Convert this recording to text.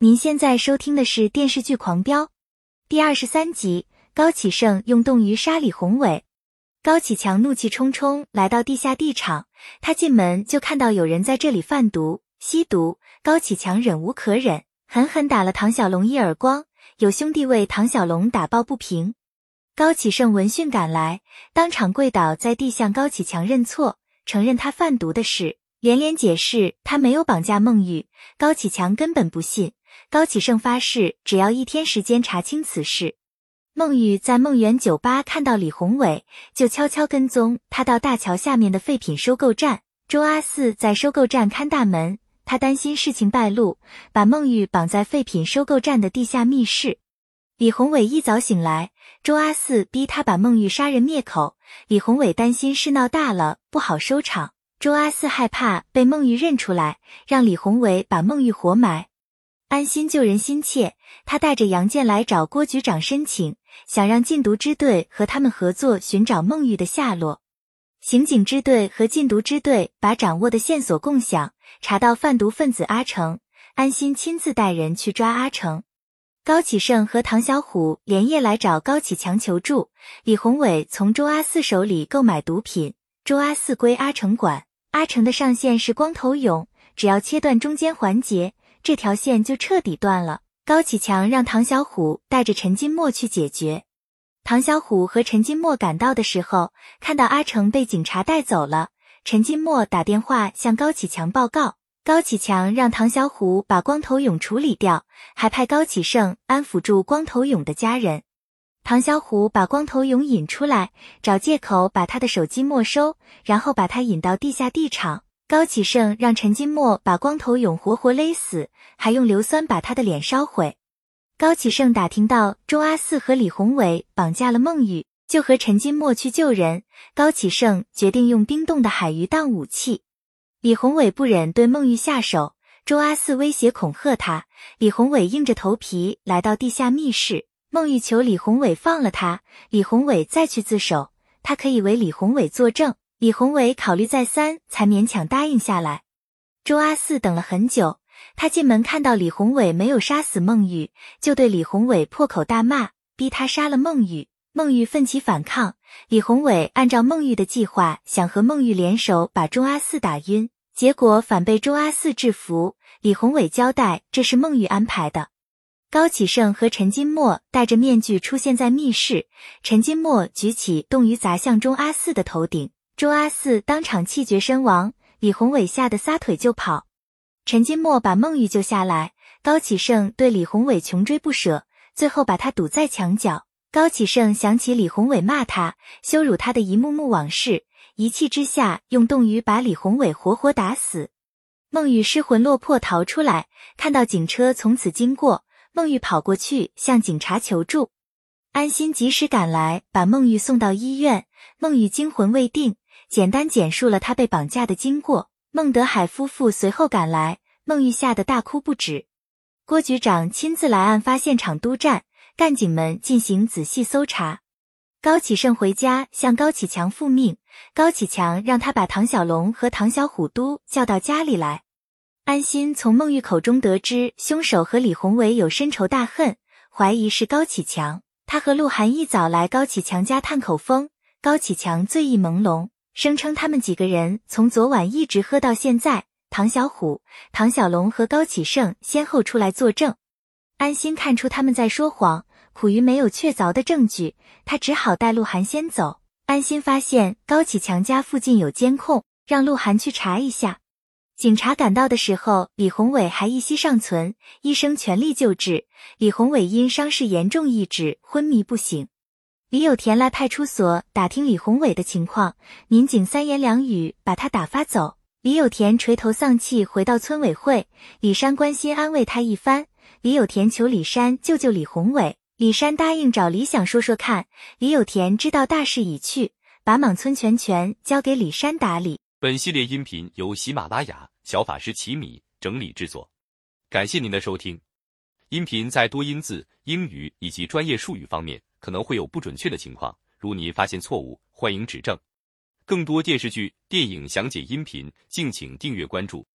您现在收听的是电视剧《狂飙》第23集，高启盛用冻鱼杀李宏伟。高启强怒气冲冲来到地下地场，他进门就看到有人在这里贩毒、吸毒，高启强忍无可忍，狠狠打了唐小龙一耳光，有兄弟为唐小龙打抱不平。高启盛闻讯赶来，当场跪倒在地向高启强认错，承认他贩毒的事，连连解释他没有绑架孟玉。高启强根本不信，高启盛发誓只要1天时间查清此事。孟玉在梦园酒吧看到李宏伟，就悄悄跟踪他到大桥下面的废品收购站。周阿四在收购站看大门，他担心事情败露，把孟玉绑在废品收购站的地下密室。李宏伟一早醒来，周阿四逼他把孟玉杀人灭口，李宏伟担心事闹大了不好收场，周阿四害怕被孟玉认出来，让李宏伟把孟玉活埋。安心救人心切，他带着杨建来找郭局长申请，想让禁毒支队和他们合作寻找孟玉的下落。刑警支队和禁毒支队把掌握的线索共享，查到贩毒分子阿成，安心亲自带人去抓阿成。高启盛和唐小虎连夜来找高启强求助，李宏伟从周阿四手里购买毒品，周阿四归阿成管，阿成的上线是光头勇，只要切断中间环节，这条线就彻底断了。高启强让唐小虎带着陈金墨去解决。唐小虎和陈金墨赶到的时候，看到阿成被警察带走了，陈金墨打电话向高启强报告，高启强让唐小虎把光头勇处理掉，还派高启盛安抚住光头勇的家人。唐小虎把光头勇引出来，找借口把他的手机没收，然后把他引到地下地场。高启盛让陈金墨把光头勇活活勒死，还用硫酸把他的脸烧毁。高启盛打听到周阿四和李宏伟绑架了孟玉，就和陈金墨去救人。高启盛决定用冰冻的海鱼当武器。李宏伟不忍对孟玉下手，周阿四威胁恐吓他，李宏伟硬着头皮来到地下密室。孟玉求李宏伟放了他，李宏伟再去自首，他可以为李宏伟作证。李宏伟考虑再三，才勉强答应下来。周阿四等了很久，他进门看到李宏伟没有杀死孟玉，就对李宏伟破口大骂，逼他杀了孟玉。孟玉奋起反抗，李宏伟按照孟玉的计划，想和孟玉联手把周阿四打晕，结果反被周阿四制服。李宏伟交代这是孟玉安排的。高启盛和陈金墨戴着面具出现在密室，陈金墨举起冻鱼砸向周阿四的头顶，周阿四当场气绝身亡，李宏伟吓得撒腿就跑。陈金墨把孟玉救下来，高启盛对李宏伟穷追不舍，最后把他堵在墙角。高启盛想起李宏伟骂他、羞辱他的一幕幕往事，一气之下用冻鱼把李宏伟活活打死。孟玉失魂落魄逃出来，看到警车从此经过，孟玉跑过去向警察求助。安心及时赶来，把孟玉送到医院。孟玉惊魂未定，简单简述了他被绑架的经过。孟德海夫妇随后赶来，孟玉吓得大哭不止。郭局长亲自来案发现场督战，干警们进行仔细搜查。高启盛回家向高启强复命，高启强让他把唐小龙和唐小虎都叫到家里来。安心从孟玉口中得知凶手和李宏伟有深仇大恨，怀疑是高启强。他和鹿晗一早来高启强家探口风，高启强醉意朦胧，声称他们几个人从昨晚一直喝到现在。唐小虎、唐小龙和高启盛先后出来作证。安心看出他们在说谎，苦于没有确凿的证据，他只好带鹿晗先走。安心发现高启强家附近有监控，让鹿晗去查一下。警察赶到的时候，李宏伟还一息尚存，医生全力救治。李宏伟因伤势严重意志昏迷不醒。李有田来派出所打听李宏伟的情况，民警三言两语把他打发走。李有田垂头丧气回到村委会，李山关心安慰他一番。李有田求李山救救李宏伟，李山答应找李想说说看。李有田知道大势已去，把莽村全权交给李山打理。 本系列音频由喜马拉雅小法师奇米整理制作，感谢您的收听。音频在多音字、英语以及专业术语方面可能会有不准确的情况，如您发现错误，欢迎指正。更多电视剧、电影详解音频，敬请订阅关注。